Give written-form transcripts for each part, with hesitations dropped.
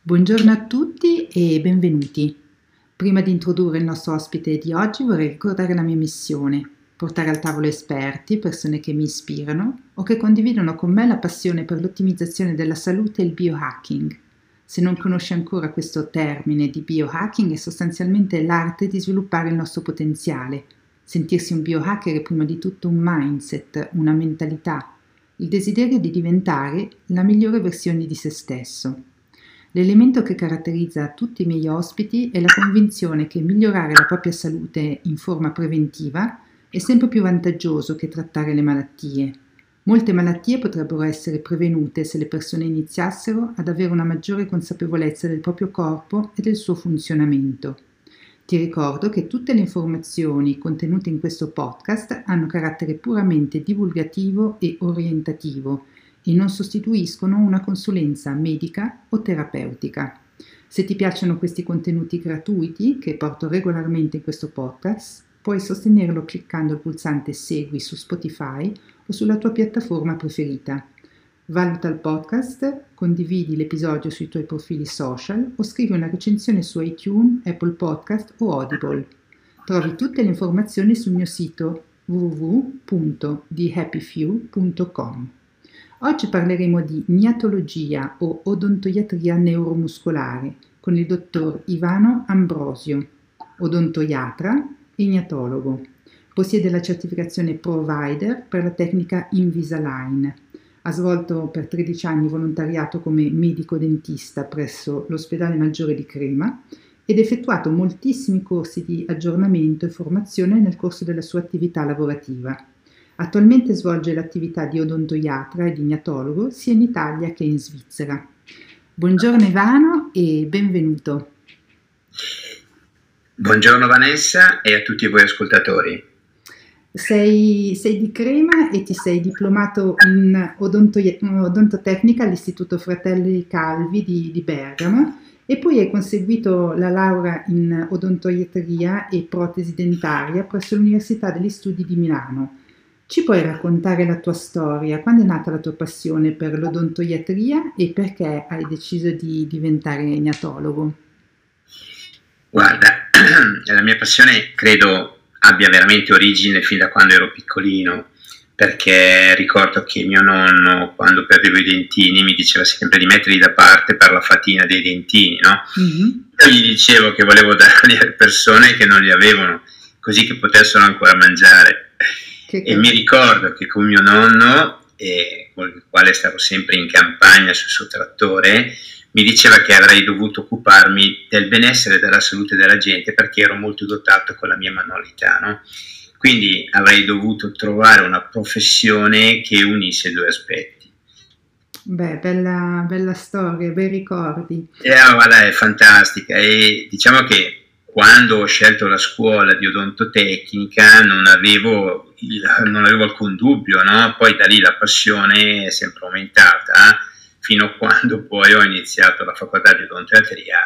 Buongiorno a tutti e benvenuti. Prima di introdurre il nostro ospite di oggi vorrei ricordare la mia missione: portare al tavolo esperti, persone che mi ispirano o che condividono con me la passione per l'ottimizzazione della salute e il biohacking. Se non conosci ancora questo termine di biohacking, è sostanzialmente l'arte di sviluppare il nostro potenziale. Sentirsi un biohacker è prima di tutto un mindset, una mentalità, il desiderio di diventare la migliore versione di se stesso. L'elemento che caratterizza tutti i miei ospiti è la convinzione che migliorare la propria salute in forma preventiva è sempre più vantaggioso che trattare le malattie. Molte malattie potrebbero essere prevenute se le persone iniziassero ad avere una maggiore consapevolezza del proprio corpo e del suo funzionamento. Ti ricordo che tutte le informazioni contenute in questo podcast hanno carattere puramente divulgativo e orientativo e non sostituiscono una consulenza medica o terapeutica. Se ti piacciono questi contenuti gratuiti che porto regolarmente in questo podcast, puoi sostenerlo cliccando il pulsante Segui su Spotify o sulla tua piattaforma preferita. Valuta il podcast, condividi l'episodio sui tuoi profili social o scrivi una recensione su iTunes, Apple Podcast o Audible. Trovi tutte le informazioni sul mio sito www.thehappyfew.com. Oggi parleremo di gnatologia o odontoiatria neuromuscolare con il dottor Ivano Ambrosio, odontoiatra e gnatologo. Possiede la certificazione Provider per la tecnica Invisalign. Ha svolto per 13 anni volontariato come medico dentista presso l'Ospedale Maggiore di Crema ed ha effettuato moltissimi corsi di aggiornamento e formazione nel corso della sua attività lavorativa. Attualmente svolge l'attività di odontoiatra e di gnatologo sia in Italia che in Svizzera. Buongiorno Ivano e benvenuto. Buongiorno Vanessa e a tutti voi ascoltatori. Sei di Crema e ti sei diplomato in odontotecnica all'Istituto Fratelli Calvi di Bergamo e poi hai conseguito la laurea in odontoiatria e protesi dentaria presso l'Università degli Studi di Milano. Ci puoi raccontare la tua storia? Quando è nata la tua passione per l'odontoiatria e perché hai deciso di diventare gnatologo? Guarda, la mia passione credo abbia veramente origine fin da quando ero piccolino, perché ricordo che mio nonno, quando perdevo i dentini, mi diceva sempre di metterli da parte per la fatina dei dentini, no? Mm-hmm. Io gli dicevo che volevo darli alle persone che non li avevano, così che potessero ancora mangiare. E mi ricordo che con mio nonno, con il quale stavo sempre in campagna sul suo trattore, mi diceva che avrei dovuto occuparmi del benessere e della salute della gente perché ero molto dotato con la mia manualità, no? Quindi avrei dovuto trovare una professione che unisse i due aspetti. Beh, bella storia, bei ricordi. Guarda, è fantastica e diciamo che quando ho scelto la scuola di odontotecnica non avevo alcun dubbio, no? Poi da lì la passione è sempre aumentata fino a quando poi ho iniziato la facoltà di odontoiatria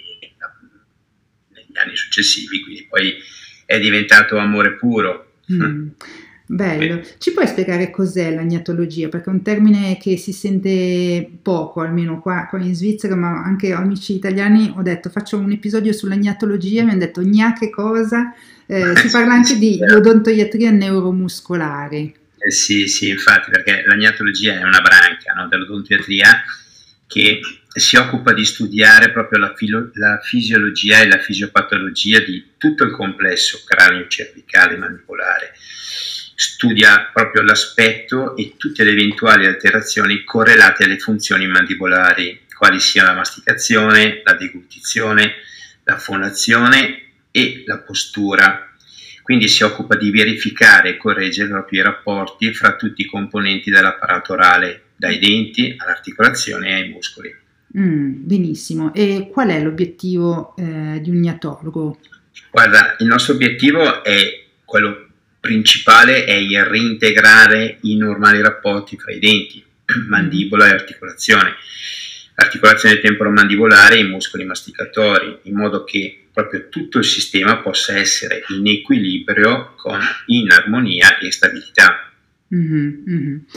negli anni successivi, quindi poi è diventato amore puro. Bello. Ci puoi spiegare cos'è la gnatologia? Perché è un termine che si sente poco, almeno qua in Svizzera, ma anche amici italiani ho detto faccio un episodio sulla gnatologia, mi hanno detto gna che cosa? Si parla anche di odontoiatria neuromuscolare. Sì, infatti, perché la gnatologia è una branca, no, dell'odontoiatria che si occupa di studiare proprio la fisiologia e la fisiopatologia di tutto il complesso cranio-cervicale mandibolare. Studia proprio l'aspetto e tutte le eventuali alterazioni correlate alle funzioni mandibolari, quali sia la masticazione, la deglutizione, la fonazione e la postura. Quindi si occupa di verificare e correggere proprio i rapporti fra tutti i componenti dell'apparato orale, dai denti all'articolazione e ai muscoli. Benissimo. E qual è l'obiettivo di un gnatologo? Guarda, il nostro obiettivo è quello principale, è il reintegrare i normali rapporti fra i denti, mandibola e articolazione. L'articolazione temporomandibolare e i muscoli masticatori, in modo che proprio tutto il sistema possa essere in equilibrio in armonia e stabilità.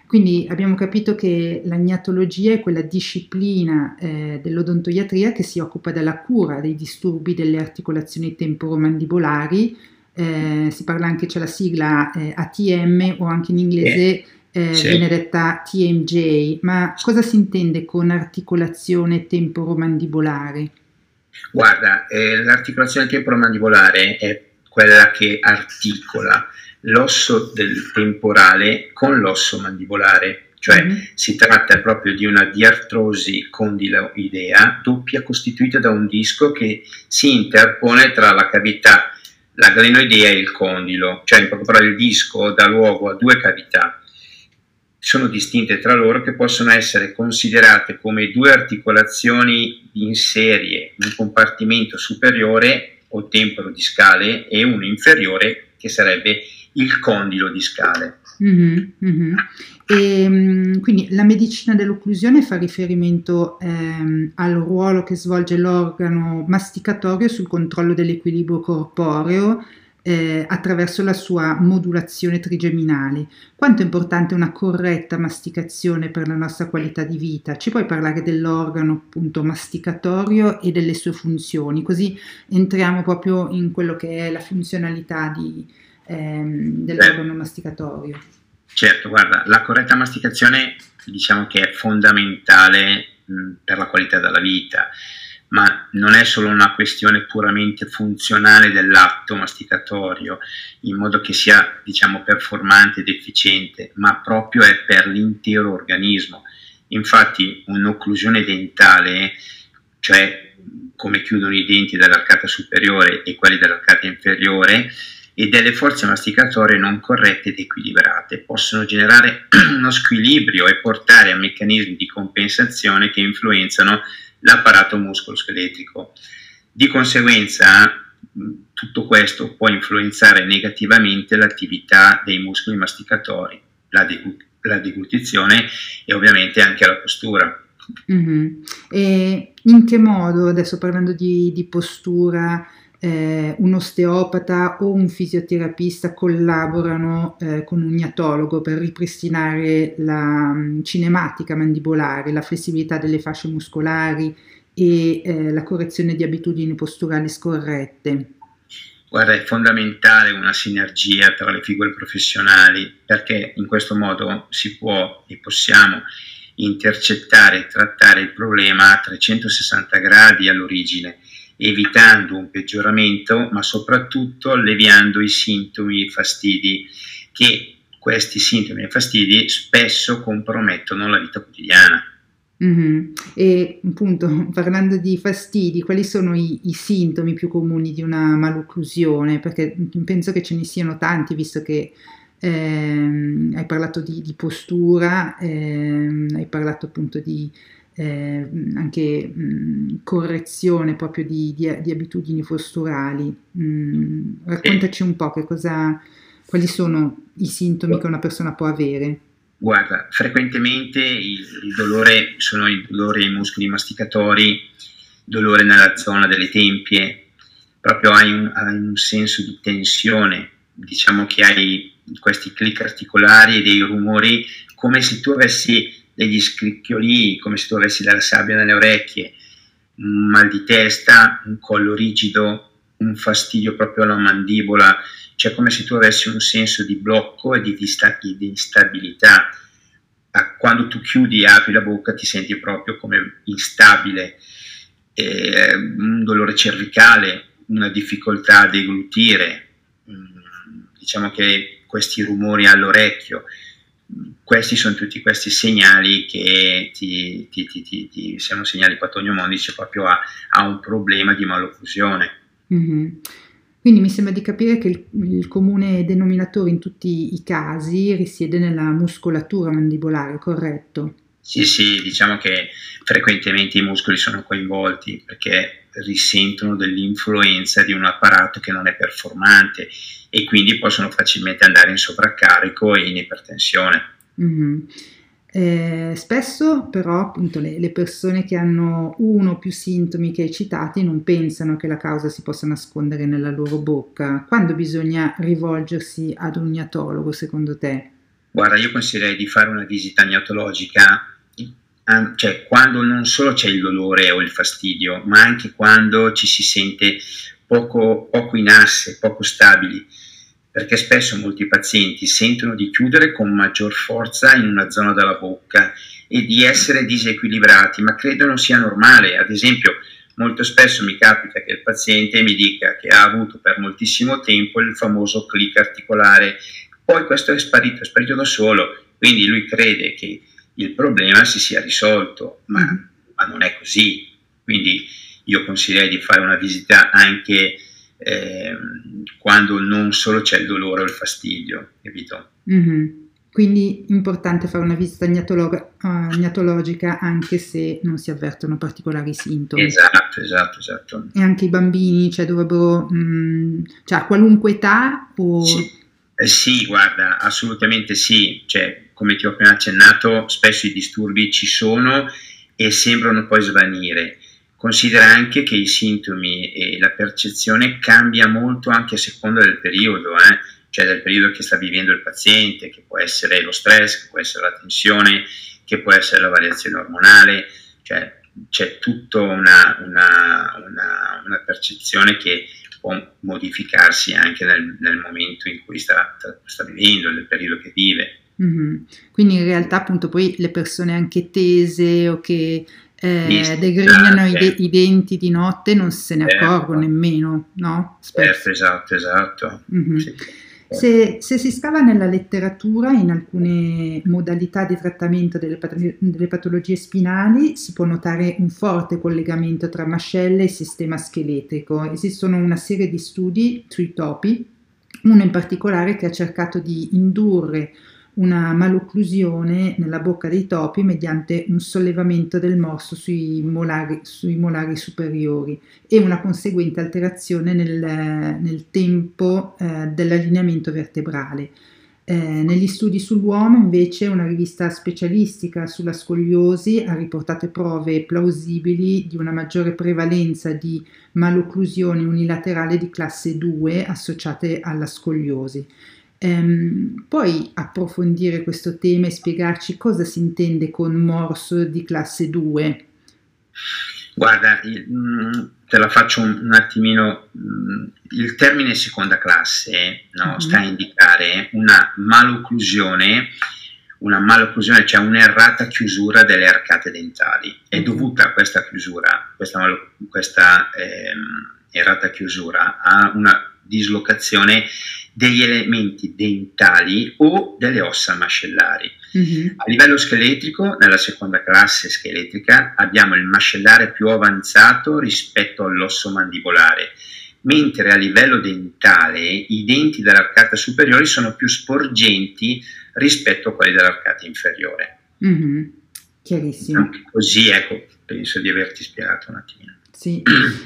Quindi abbiamo capito che l'agnatologia è quella disciplina dell'odontoiatria che si occupa della cura dei disturbi delle articolazioni temporomandibolari. Si parla anche, c'è la sigla ATM o anche in inglese Sì. viene detta TMJ, ma cosa si intende con articolazione temporomandibolare? Guarda, l'articolazione temporomandibolare è quella che articola l'osso del temporale con l'osso mandibolare, cioè si tratta proprio di una diartrosi condiloidea doppia costituita da un disco che si interpone tra la cavità, la glenoidea e il condilo, cioè in poche parole il disco dà luogo a due cavità. Sono distinte tra loro che possono essere considerate come due articolazioni in serie, un compartimento superiore o temporodiscale e uno inferiore che sarebbe il condilo discale. E, quindi la medicina dell'occlusione fa riferimento al ruolo che svolge l'organo masticatorio sul controllo dell'equilibrio corporeo attraverso la sua modulazione trigeminale. Quanto è importante una corretta masticazione per la nostra qualità di vita? Ci puoi parlare dell'organo appunto masticatorio e delle sue funzioni, così entriamo proprio in quello che è la funzionalità dell'organo masticatorio. Certo, guarda, la corretta masticazione diciamo che è fondamentale per la qualità della vita, ma non è solo una questione puramente funzionale dell'atto masticatorio, in modo che sia, diciamo, performante ed efficiente, ma proprio è per l'intero organismo. Infatti un'occlusione dentale, cioè come chiudono i denti dell'arcata superiore e quelli dell'arcata inferiore, e delle forze masticatorie non corrette ed equilibrate possono generare uno squilibrio e portare a meccanismi di compensazione che influenzano l'apparato muscoloscheletrico. Di conseguenza tutto questo può influenzare negativamente l'attività dei muscoli masticatori, la deglutizione e ovviamente anche la postura. E in che modo, adesso parlando di postura, un osteopata o un fisioterapista collaborano con un ignatologo per ripristinare la cinematica mandibolare, la flessibilità delle fasce muscolari e la correzione di abitudini posturali scorrette? Guarda, è fondamentale una sinergia tra le figure professionali, perché in questo modo si può e possiamo intercettare e trattare il problema a 360 gradi all'origine, evitando un peggioramento, ma soprattutto alleviando i sintomi e i fastidi, che questi sintomi e fastidi spesso compromettono la vita quotidiana. E appunto, parlando di fastidi, quali sono i sintomi più comuni di una malocclusione? Perché penso che ce ne siano tanti, visto che hai parlato di postura, hai parlato appunto di anche correzione proprio di abitudini posturali. Raccontaci un po' quali sono i sintomi che una persona può avere. Guarda, frequentemente il dolore sono i dolori ai muscoli masticatori, dolore nella zona delle tempie, proprio hai un senso di tensione, diciamo che hai questi clic articolari e dei rumori come se tu avessi degli scricchioli, come se tu avessi della sabbia nelle orecchie, un mal di testa, un collo rigido, un fastidio proprio alla mandibola, cioè come se tu avessi un senso di blocco e di instabilità. Quando tu chiudi e apri la bocca ti senti proprio come instabile, un dolore cervicale, una difficoltà a deglutire, diciamo che questi rumori all'orecchio, questi sono tutti questi segnali che siano segnali patognomonici proprio a un problema di malocclusione. Quindi mi sembra di capire che il comune denominatore in tutti i casi risiede nella muscolatura mandibolare, corretto? Sì, diciamo che frequentemente i muscoli sono coinvolti perché risentono dell'influenza di un apparato che non è performante e quindi possono facilmente andare in sovraccarico e in ipertensione. Spesso però appunto le persone che hanno uno o più sintomi che hai citati non pensano che la causa si possa nascondere nella loro bocca. Quando bisogna rivolgersi ad un ignatologo secondo te? Guarda, io consiglierei di fare una visita gnatologica, cioè quando non solo c'è il dolore o il fastidio, ma anche quando ci si sente poco in asse, poco stabili, perché spesso molti pazienti sentono di chiudere con maggior forza in una zona della bocca e di essere disequilibrati, ma credono sia normale. Ad esempio, molto spesso mi capita che il paziente mi dica che ha avuto per moltissimo tempo il famoso click articolare, poi questo è sparito da solo, quindi lui crede che il problema si sia risolto, ma non è così. Quindi io consiglierei di fare una visita anche quando non solo c'è il dolore o il fastidio, capito? Quindi importante fare una visita gnatologica anche se non si avvertono particolari sintomi. Esatto. E anche i bambini, cioè dovrebbero, cioè a qualunque età o... Sì, guarda, assolutamente sì, cioè, come ti ho appena accennato, spesso i disturbi ci sono e sembrano poi svanire. Considera anche che i sintomi e la percezione cambia molto anche a seconda del periodo, cioè del periodo che sta vivendo il paziente, che può essere lo stress, che può essere la tensione, che può essere la variazione ormonale, cioè c'è tutta una percezione che può modificarsi anche nel momento in cui sta vivendo, nel periodo che vive. Quindi in realtà appunto poi le persone anche tese o che degrignano i denti di notte non se ne accorgono nemmeno, no? Esatto. Sì. Se si scava nella letteratura in alcune modalità di trattamento delle patologie spinali si può notare un forte collegamento tra mascelle e sistema scheletrico. Esistono una serie di studi sui topi, uno in particolare che ha cercato di indurre una malocclusione nella bocca dei topi mediante un sollevamento del morso sui molari superiori e una conseguente alterazione nel tempo dell'allineamento vertebrale. Negli studi sull'uomo invece una rivista specialistica sulla scoliosi ha riportato prove plausibili di una maggiore prevalenza di malocclusioni unilaterali di classe 2 associate alla scoliosi. Puoi approfondire questo tema e spiegarci cosa si intende con morso di classe 2? Guarda, te la faccio un attimino. Il termine seconda classe, no, sta a indicare una malocclusione, cioè un'errata chiusura delle arcate dentali. È dovuta a questa chiusura, questa errata chiusura, a una dislocazione degli elementi dentali o delle ossa mascellari. A livello scheletrico, nella seconda classe scheletrica, abbiamo il mascellare più avanzato rispetto all'osso mandibolare, mentre a livello dentale i denti dell'arcata superiore sono più sporgenti rispetto a quelli dell'arcata inferiore. Chiarissimo. Anche così, ecco, penso di averti spiegato un attimino. Sì.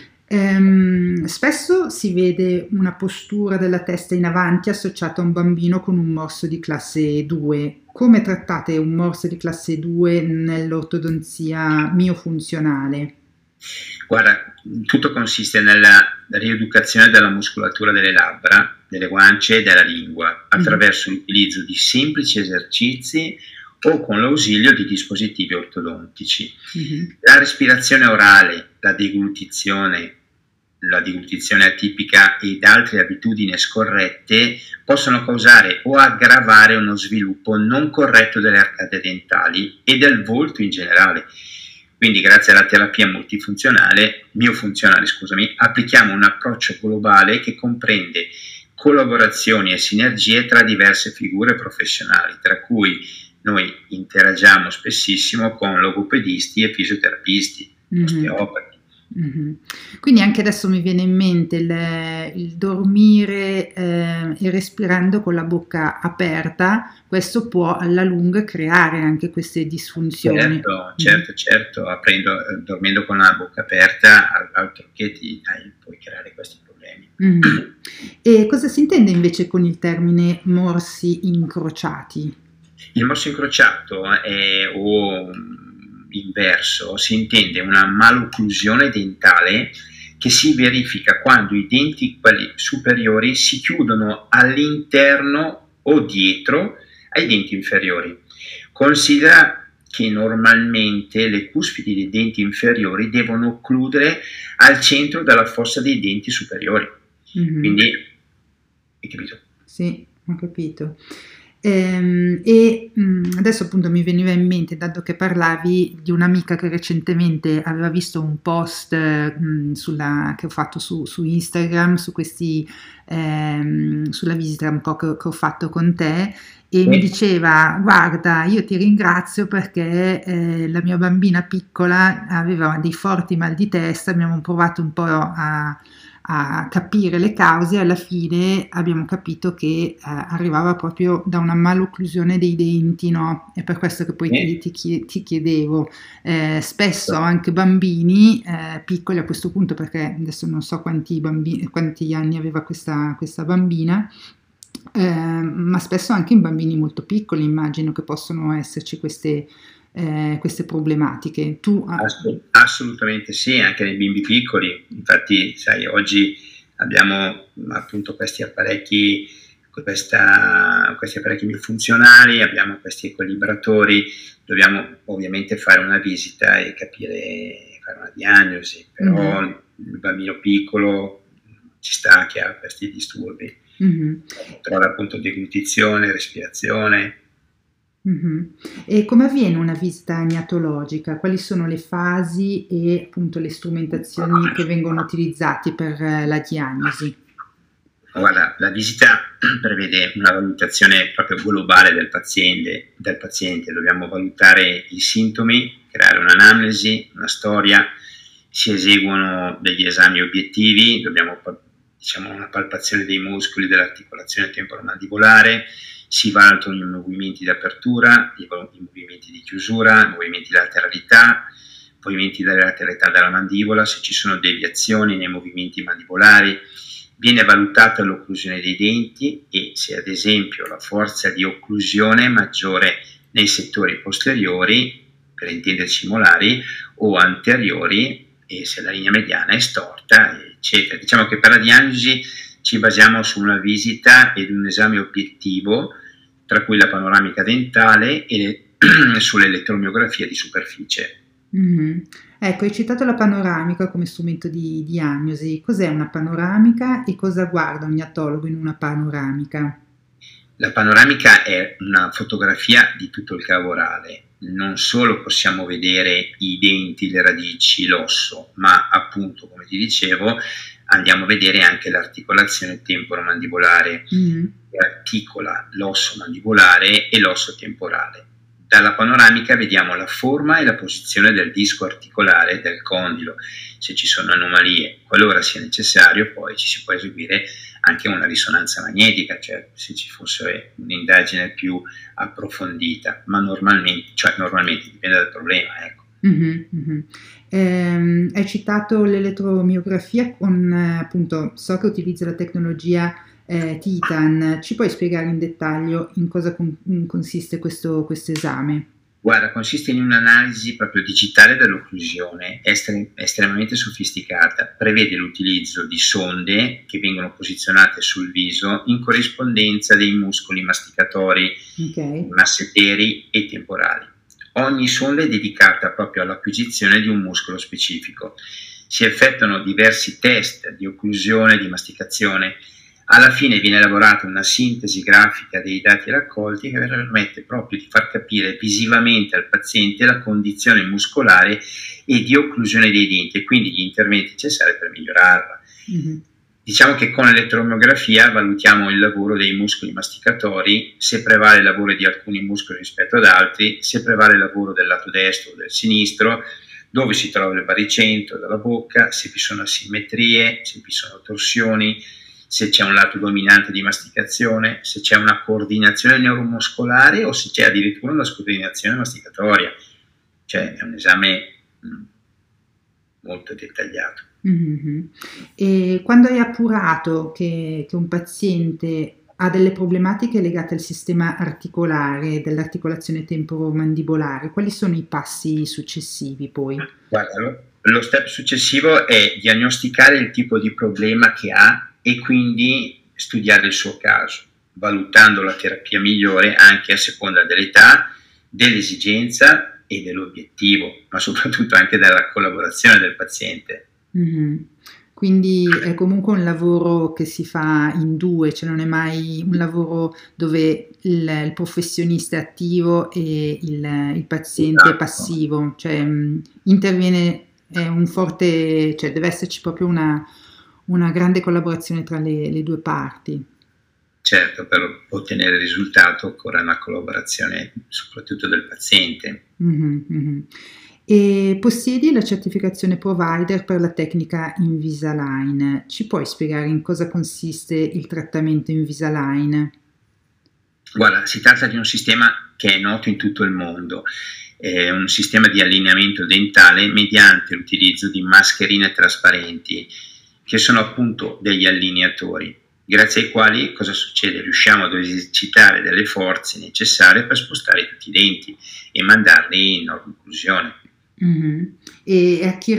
Spesso si vede una postura della testa in avanti associata a un bambino con un morso di classe 2. Come trattate un morso di classe 2 nell'ortodonzia miofunzionale? Guarda, tutto consiste nella rieducazione della muscolatura delle labbra, delle guance e della lingua attraverso l'utilizzo di semplici esercizi o con l'ausilio di dispositivi ortodontici. La respirazione orale, la deglutizione atipica ed altre abitudini scorrette possono causare o aggravare uno sviluppo non corretto delle arcate dentali e del volto in generale. Quindi grazie alla terapia miofunzionale, applichiamo un approccio globale che comprende collaborazioni e sinergie tra diverse figure professionali, tra cui noi interagiamo spessissimo con logopedisti e fisioterapisti, osteopati. Quindi anche adesso mi viene in mente il dormire e respirando con la bocca aperta, questo può alla lunga creare anche queste disfunzioni. Certo, dormendo con la bocca aperta, altro che puoi creare questi problemi. E cosa si intende invece con il termine morsi incrociati? Il morso incrociato o inverso si intende una malocclusione dentale che si verifica quando i denti, quelli superiori, si chiudono all'interno o dietro ai denti inferiori. Considera che normalmente le cuspidi dei denti inferiori devono occludere al centro della fossa dei denti superiori. Quindi, hai capito? Sì, ho capito. Adesso appunto mi veniva in mente, dato che parlavi di un'amica che recentemente aveva visto un post che ho fatto su Instagram, sulla visita un po' che ho fatto con te, e mi diceva: guarda, io ti ringrazio perché la mia bambina piccola aveva dei forti mal di testa, abbiamo provato un po' a capire le cause e alla fine abbiamo capito che arrivava proprio da una malocclusione dei denti, no? È per questo che poi ti chiedevo, spesso anche bambini piccoli a questo punto, perché adesso non so quanti anni aveva questa bambina, ma spesso anche in bambini molto piccoli immagino che possono esserci queste problematiche. Assolutamente sì, anche nei bimbi piccoli. Infatti, sai, oggi abbiamo appunto questi apparecchi bifunzionali, abbiamo questi equilibratori, dobbiamo ovviamente fare una visita e fare una diagnosi, però il bambino piccolo ci sta che ha questi disturbi. Controlla appunto deglutizione, respirazione. E come avviene una visita gnatologica? Quali sono le fasi e appunto le strumentazioni che vengono utilizzate per la diagnosi? Guarda, la visita prevede una valutazione proprio globale del paziente. Dobbiamo valutare i sintomi, creare un'anamnesi, una storia, si eseguono degli esami obiettivi, una palpazione dei muscoli dell'articolazione temporomandibolare, si valutano i movimenti di apertura, i movimenti di chiusura, i movimenti di lateralità, i movimenti della lateralità della mandibola, se ci sono deviazioni nei movimenti mandibolari. Viene valutata l'occlusione dei denti e se ad esempio la forza di occlusione è maggiore nei settori posteriori, per intenderci molari, o anteriori, e se la linea mediana è storta, eccetera. Diciamo che per la diagnosi ci basiamo su una visita ed un esame obiettivo, tra cui la panoramica dentale e sull'elettromiografia di superficie. Ecco, hai citato la panoramica come strumento di diagnosi. Cos'è una panoramica e cosa guarda un gnatologo in una panoramica? La panoramica è una fotografia di tutto il cavo orale. Non solo possiamo vedere i denti, le radici, l'osso, ma appunto, come ti dicevo, andiamo a vedere anche l'articolazione temporomandibolare che articola l'osso mandibolare e l'osso temporale. Dalla panoramica vediamo la forma e la posizione del disco articolare del condilo, se ci sono anomalie. Qualora sia necessario, poi ci si può eseguire anche una risonanza magnetica, cioè se ci fosse un'indagine più approfondita, ma normalmente dipende dal problema, ecco. Hai citato l'elettromiografia appunto, so che utilizza la tecnologia Titan. Ci puoi spiegare in dettaglio in cosa consiste questo esame? Guarda, consiste in un'analisi proprio digitale dell'occlusione, estremamente sofisticata, prevede l'utilizzo di sonde che vengono posizionate sul viso in corrispondenza dei muscoli masticatori, masseteri e temporali. Ogni sonda è dedicata proprio all'acquisizione di un muscolo specifico. Si effettuano diversi test di occlusione, di masticazione. Alla fine viene elaborata una sintesi grafica dei dati raccolti che permette proprio di far capire visivamente al paziente la condizione muscolare e di occlusione dei denti e quindi gli interventi necessari per migliorarla. Diciamo che con l'elettromiografia valutiamo il lavoro dei muscoli masticatori, se prevale il lavoro di alcuni muscoli rispetto ad altri, se prevale il lavoro del lato destro o del sinistro, dove si trova il baricentro della bocca, se vi sono asimmetrie, se vi sono torsioni, se c'è un lato dominante di masticazione, se c'è una coordinazione neuromuscolare o se c'è addirittura una scordinazione masticatoria. Cioè è un esame molto dettagliato. E quando hai appurato che un paziente ha delle problematiche legate al sistema articolare, dell'articolazione temporomandibolare, quali sono i passi successivi poi? Guarda, lo step successivo è diagnosticare il tipo di problema che ha e quindi studiare il suo caso. valutando la terapia migliore anche a seconda dell'età, dell'esigenza e dell'obiettivo, ma soprattutto anche della collaborazione del paziente. Mm-hmm. Quindi è comunque un lavoro che si fa in due, cioè non è mai un lavoro dove il professionista è attivo e il paziente è Esatto. passivo, cioè interviene, è un forte, cioè deve esserci proprio una grande collaborazione tra le due parti. Certo, per ottenere il risultato occorre una collaborazione soprattutto del paziente. Mhm, mhm. E possiedi la certificazione provider per la tecnica Invisalign. Ci puoi spiegare in cosa consiste il trattamento Invisalign? Guarda, si tratta di un sistema che è noto in tutto il mondo, è un sistema di allineamento dentale mediante l'utilizzo di mascherine trasparenti, che sono appunto degli allineatori, grazie ai quali cosa succede? Riusciamo ad esercitare delle forze necessarie per spostare tutti i denti e mandarli in occlusione. Mhm. E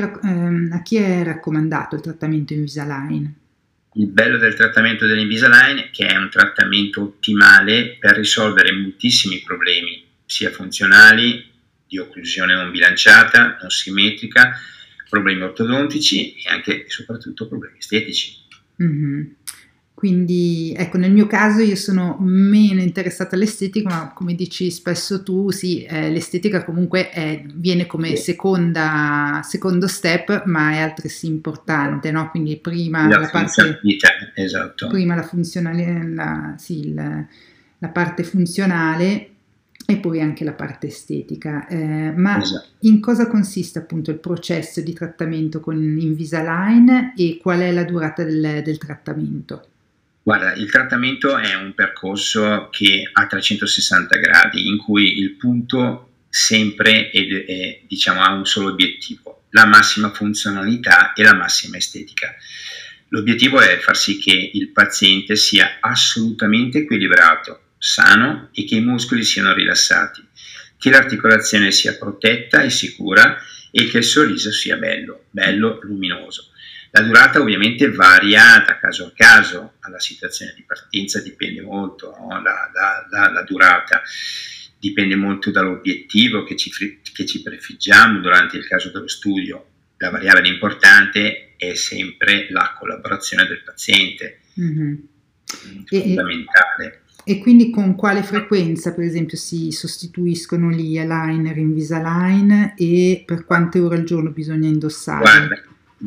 a chi è raccomandato il trattamento Invisalign? Il bello del trattamento dell'Invisalign è che è un trattamento ottimale per risolvere moltissimi problemi, sia funzionali, di occlusione non bilanciata, non simmetrica, problemi ortodontici e anche e soprattutto problemi estetici. Mhm. Quindi, ecco, nel mio caso io sono meno interessata all'estetica, ma come dici spesso tu, sì, l'estetica comunque viene come Sì. secondo step, ma è altresì importante, no? Quindi prima La la parte, funzionalità, esatto. prima la funzionale, sì, la parte funzionale e poi anche la parte estetica. Ma Esatto. in cosa consiste appunto il processo di trattamento con Invisalign e qual è la durata del trattamento? Guarda, il trattamento è un percorso che ha 360 gradi, in cui il punto sempre diciamo, ha un solo obiettivo, la massima funzionalità e la massima estetica. L'obiettivo è far sì che il paziente sia assolutamente equilibrato, sano e che i muscoli siano rilassati, che l'articolazione sia protetta e sicura e che il sorriso sia bello, bello, luminoso. La durata ovviamente varia da caso a caso, alla situazione di partenza dipende molto, no? La durata dipende molto dall'obiettivo che ci prefiggiamo durante il caso dello studio. La variabile importante è sempre la collaborazione del paziente, Mhm. fondamentale. E quindi con quale frequenza, per esempio, si sostituiscono gli aligner Invisalign e per quante ore al giorno bisogna indossarli?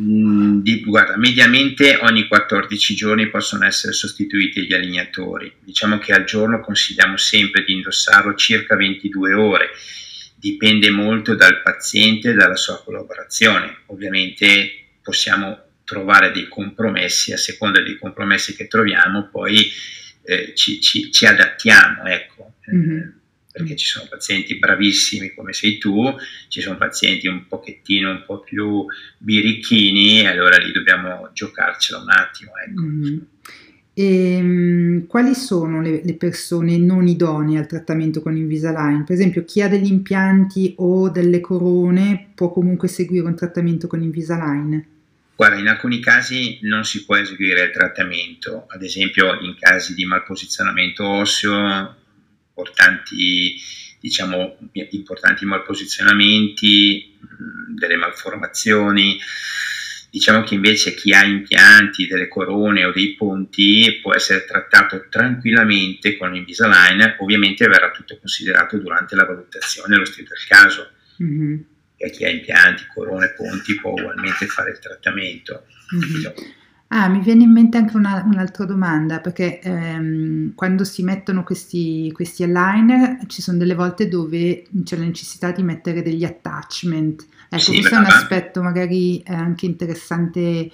Guarda, mediamente ogni 14 giorni possono essere sostituiti gli allineatori. Diciamo che al giorno consigliamo sempre di indossarlo circa 22 ore. Dipende molto dal paziente e dalla sua collaborazione. Ovviamente possiamo trovare dei compromessi, a seconda dei compromessi che troviamo, poi ci adattiamo, ecco. Mhm. Perché ci sono pazienti bravissimi come sei tu, ci sono pazienti un pochettino un po' più birichini e allora lì dobbiamo giocarcela un attimo, ecco. Mhm. E, quali sono le persone non idonee al trattamento con Invisalign? Per esempio, chi ha degli impianti o delle corone può comunque seguire un trattamento con Invisalign? Guarda, in alcuni casi non si può eseguire il trattamento, ad esempio in casi di malposizionamento osseo, importanti malposizionamenti, delle malformazioni. Diciamo che invece chi ha impianti, delle corone o dei ponti può essere trattato tranquillamente con Invisalign, ovviamente verrà tutto considerato durante la valutazione e lo studio del caso. Mhm. E chi ha impianti, corone, ponti può ugualmente fare il trattamento. Mhm. Ah, mi viene in mente anche un'altra domanda, perché quando si mettono questi aligner ci sono delle volte dove c'è la necessità di mettere degli attachment. Ecco, Sì, questo è un brava. aspetto magari anche interessante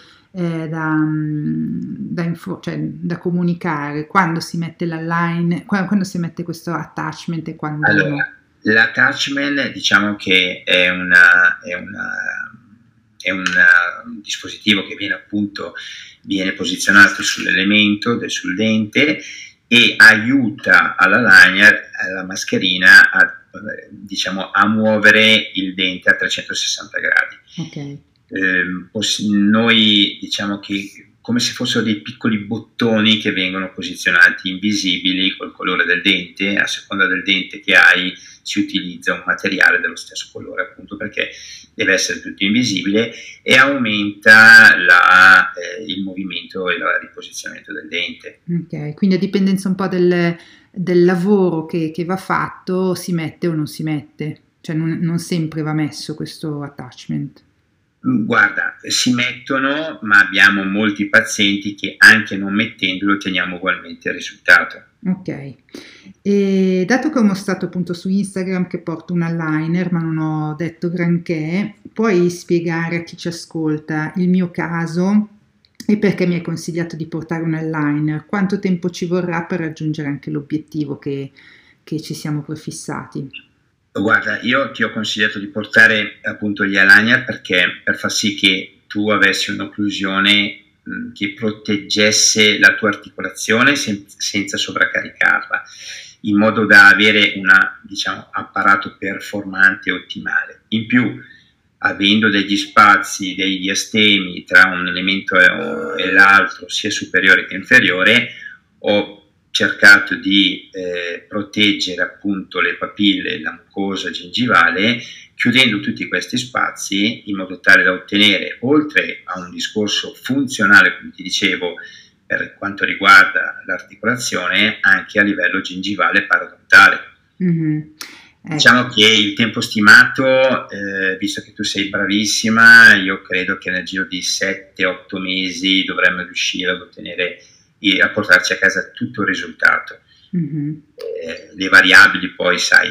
cioè, da comunicare, quando si mette l'aligner, quando si mette questo attachment e quando no. Allora, l'attachment diciamo che è un dispositivo che viene posizionato sull'elemento, sul dente e aiuta all'aligner, alla mascherina, a muovere il dente a 360 gradi. Ok. Noi diciamo che come se fossero dei piccoli bottoni che vengono posizionati invisibili col colore del dente. A seconda del dente che hai si utilizza un materiale dello stesso colore, appunto perché deve essere tutto invisibile, e aumenta il movimento e il riposizionamento del dente. Ok, quindi a dipendenza un po' del lavoro che va fatto, si mette o non si mette, cioè non sempre va messo questo attachment. Guarda, si mettono, ma abbiamo molti pazienti che anche non mettendolo otteniamo ugualmente il risultato. Ok, e dato che ho mostrato appunto su Instagram che porto un eyeliner, ma non ho detto granché, puoi spiegare a chi ci ascolta il mio caso e perché mi hai consigliato di portare un eyeliner? Quanto tempo ci vorrà per raggiungere anche l'obiettivo che ci siamo prefissati? Guarda, io ti ho consigliato di portare appunto gli eyeliner perché per far sì che tu avessi un'occlusione che proteggesse la tua articolazione senza sovraccaricarla, in modo da avere un apparato performante e ottimale. In più, avendo degli spazi, dei diastemi tra un elemento e l'altro, sia superiore che inferiore, ho cercato di proteggere appunto le papille e la mucosa gingivale, chiudendo tutti questi spazi in modo tale da ottenere, oltre a un discorso funzionale, come ti dicevo, per quanto riguarda l'articolazione, anche a livello gingivale paradontale. Mm-hmm. Diciamo che il tempo stimato, visto che tu sei bravissima, io credo che nel giro di 7-8 mesi dovremmo riuscire ad ottenere a portarci a casa tutto il risultato. Mm-hmm. Le variabili poi, sai,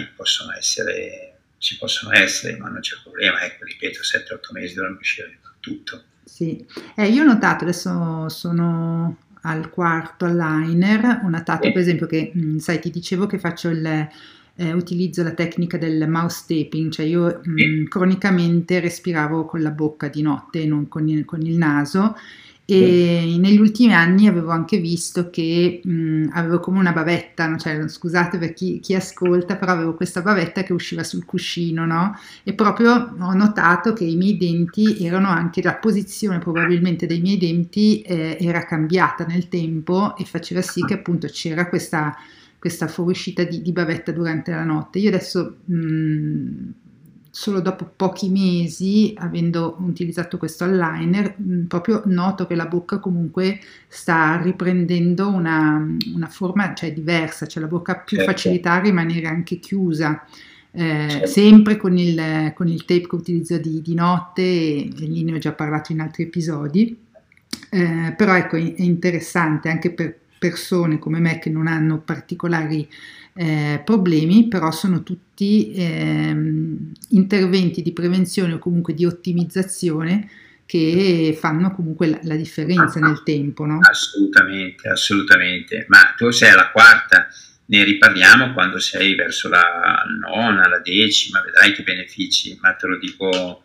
ci possono essere, ma non c'è problema, ecco, ripeto, 7-8 mesi dovremmo riuscire a tutto. Sì, io ho notato, adesso sono al quarto eyeliner, ho notato per esempio che, sai, ti dicevo che utilizzo la tecnica del mouse taping, cioè io cronicamente respiravo con la bocca di notte e non con il naso, e negli ultimi anni avevo anche visto che avevo come una bavetta, cioè, scusate per chi ascolta, però avevo questa bavetta che usciva sul cuscino, no? E proprio ho notato che i miei denti erano anche, la posizione probabilmente dei miei denti era cambiata nel tempo e faceva sì che appunto c'era questa fuoriuscita di bavetta durante la notte. Io adesso solo dopo pochi mesi, avendo utilizzato questo eyeliner, proprio noto che la bocca comunque sta riprendendo una forma, cioè, diversa, cioè la bocca ha più facilità a rimanere anche chiusa, sempre con il tape che utilizzo di notte, e lì ne ho già parlato in altri episodi, però ecco, è interessante anche per persone come me che non hanno particolari problemi, però sono tutti interventi di prevenzione o comunque di ottimizzazione che fanno comunque la differenza nel tempo, no? Assolutamente, assolutamente. Ma tu sei alla quarta, ne riparliamo quando sei verso la nona, la 10ª, vedrai che benefici, ma te lo dico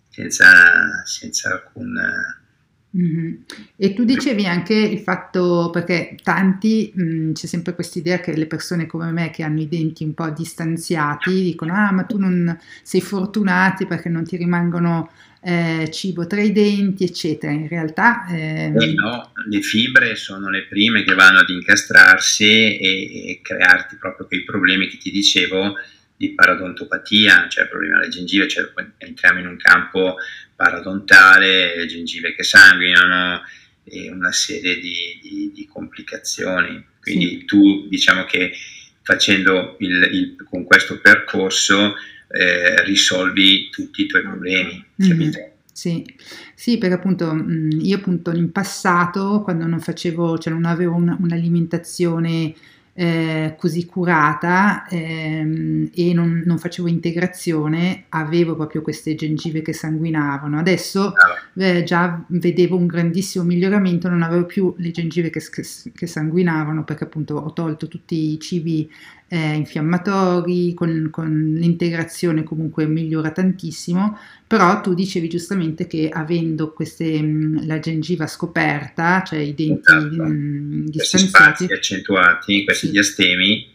senza alcun... Mm-hmm. E tu dicevi anche il fatto, perché tanti, c'è sempre questa idea che le persone come me che hanno i denti un po' distanziati dicono: ah, ma tu non sei fortunati perché non ti rimangono cibo tra i denti, eccetera. In realtà no, le fibre sono le prime che vanno ad incastrarsi e crearti proprio quei problemi che ti dicevo di parodontopatia, cioè problemi alle gengive, cioè entriamo in un campo paradontale, gengive che sanguinano e una serie di complicazioni. Quindi sì, tu, diciamo che facendo con questo percorso risolvi tutti i tuoi problemi, capito? Sì, sì, perché appunto io appunto in passato, quando non facevo, cioè non avevo un'alimentazione così curata e non facevo integrazione, avevo proprio queste gengive che sanguinavano. Adesso già vedevo un grandissimo miglioramento, non avevo più le gengive che sanguinavano, perché appunto ho tolto tutti i cibi infiammatori, con l'integrazione comunque migliora tantissimo. Però tu dicevi giustamente che avendo la gengiva scoperta, cioè i denti distanziati, questi spazi accentuati, questi sì, diastemi,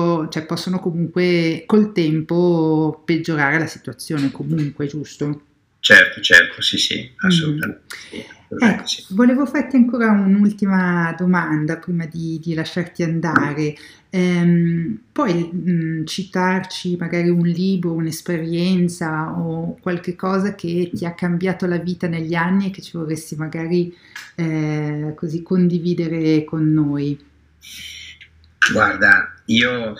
possono comunque col tempo peggiorare la situazione comunque, giusto? certo, certo, sì, sì, Mhm. assolutamente sì, assolutamente Ecco, sì. volevo farti ancora un'ultima domanda prima di lasciarti andare. Puoi citarci magari un libro, un'esperienza o qualche cosa che ti ha cambiato la vita negli anni e che ci vorresti magari così condividere con noi? Guarda, io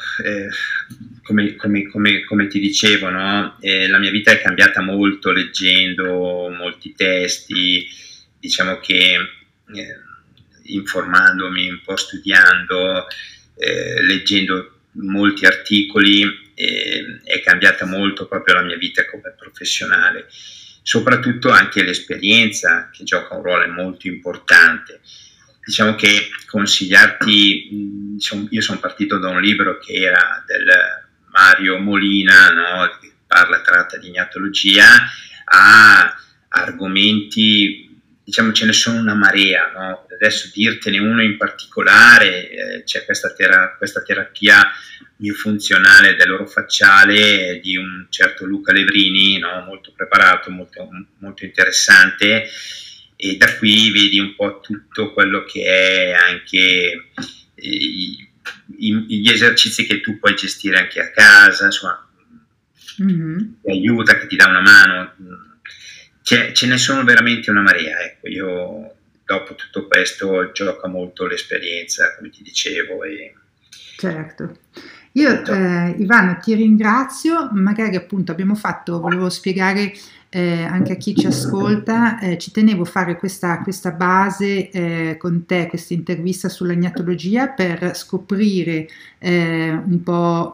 come ti dicevo, no? La mia vita è cambiata molto leggendo molti testi, diciamo che informandomi, un po' studiando, leggendo molti articoli, è cambiata molto proprio la mia vita come professionale, soprattutto anche l'esperienza che gioca un ruolo molto importante. Diciamo che consigliarti, io sono partito da un libro che era del Mario Molina, no? Che tratta di ignatologia, a argomenti, diciamo ce ne sono una marea, no? Adesso dirtene uno in particolare, c'è questa terapia funzionale dell'orofacciale di un certo Luca Levrini, no? Molto preparato, molto, molto interessante, e da qui vedi un po' tutto quello che è anche gli esercizi che tu puoi gestire anche a casa, insomma, Mhm. ti aiuta, che ti dà una mano. Ce ne sono veramente una marea, ecco. Io dopo tutto questo gioca molto l'esperienza, come ti dicevo, e Certo. Io, tutto. Ivano, ti ringrazio. Magari appunto volevo spiegare anche a chi ci ascolta, ci tenevo a fare questa base con te, questa intervista sull'agnatologia per scoprire un po'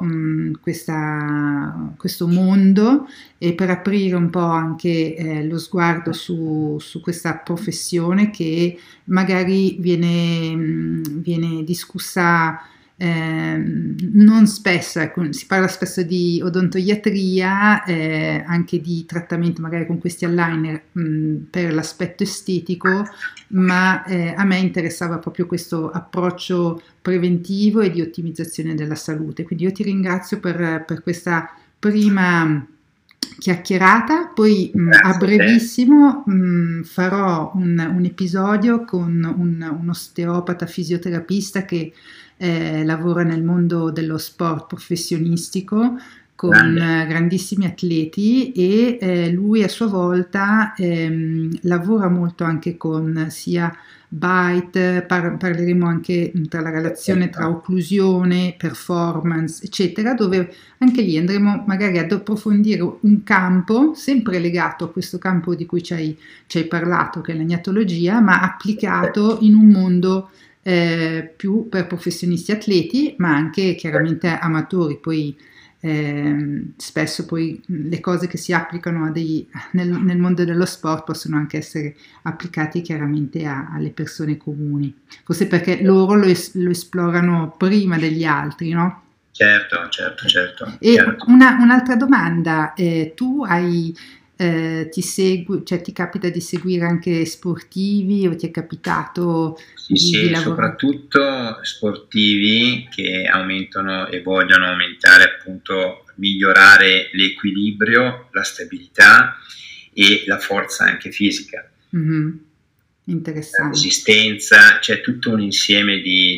questo mondo e per aprire un po' anche lo sguardo su questa professione che magari viene discussa non spesso, ecco, si parla spesso di odontoiatria, anche di trattamento magari con questi aligner per l'aspetto estetico, ma a me interessava proprio questo approccio preventivo e di ottimizzazione della salute. Quindi io ti ringrazio per questa prima chiacchierata, poi a Grazie a te. brevissimo farò un episodio con un osteopata fisioterapista che lavora nel mondo dello sport professionistico con Grande. grandissimi atleti e lui a sua volta lavora molto anche con sia bite, parleremo anche tra la relazione tra Perfetto. occlusione, performance, eccetera, dove anche lì andremo magari ad approfondire un campo sempre legato a questo campo di cui ci hai parlato, che è l'agnatologia, ma applicato in un mondo più per professionisti atleti, ma anche chiaramente amatori. Poi spesso poi le cose che si applicano nel mondo dello sport possono anche essere applicate chiaramente alle persone comuni, forse perché loro lo esplorano prima degli altri, no? Certo, certo, certo, E chiaro. un'altra domanda, tu ti segui, cioè ti capita di seguire anche sportivi o ti è capitato Sì, di sì, lavorare? soprattutto sportivi che aumentano e vogliono aumentare, appunto, migliorare l'equilibrio, la stabilità e la forza anche fisica, Mhm. la Interessante. resistenza, c'è tutto un insieme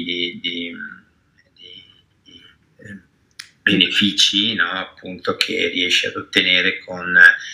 di, eh, benefici, no? Appunto, che riesci ad ottenere con...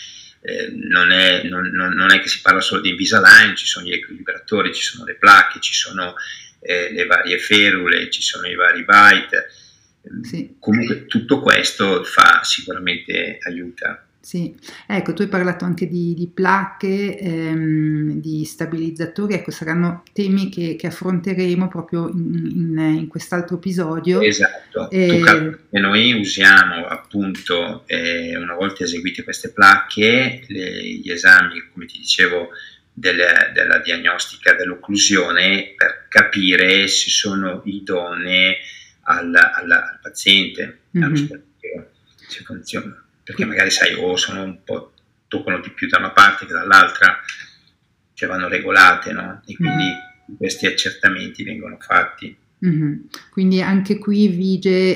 non è che si parla solo di Invisalign, ci sono gli equilibratori, ci sono le placche, ci sono le varie ferule, ci sono i vari bite. Sì. Comunque tutto questo fa sicuramente aiuta. Sì, ecco, tu hai parlato anche di placche, di stabilizzatori, ecco, saranno temi che affronteremo proprio in quest'altro episodio. Esatto, tu Eh, calcoli che noi usiamo, appunto, una volta eseguite queste placche, gli esami, come ti dicevo, della diagnostica dell'occlusione, per capire se sono idonee al paziente, allo mhm. sportivo, se funziona. Perché Qui- magari sai, o sono un po', toccano di più da una parte che dall'altra, cioè vanno regolate, no? E quindi mhm. questi accertamenti vengono fatti. Mhm. Quindi anche qui vige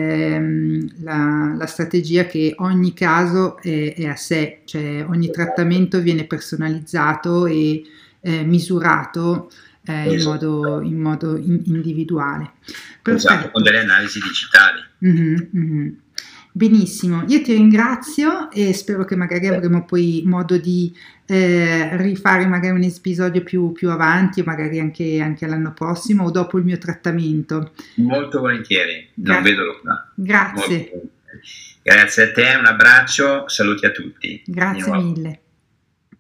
la strategia che ogni caso è a sé, cioè ogni trattamento viene personalizzato e misurato Esatto, in modo individuale. esatto, con Perfetto. delle analisi digitali. Mhm, mhm. Benissimo, io ti ringrazio e spero che magari avremo poi modo di rifare magari un episodio più avanti o magari anche l'anno prossimo o dopo il mio trattamento. Molto volentieri, non Gra- vedo l'ora. Molto grazie, volentieri. Grazie a te, un abbraccio, saluti a tutti di grazie nuovo. mille.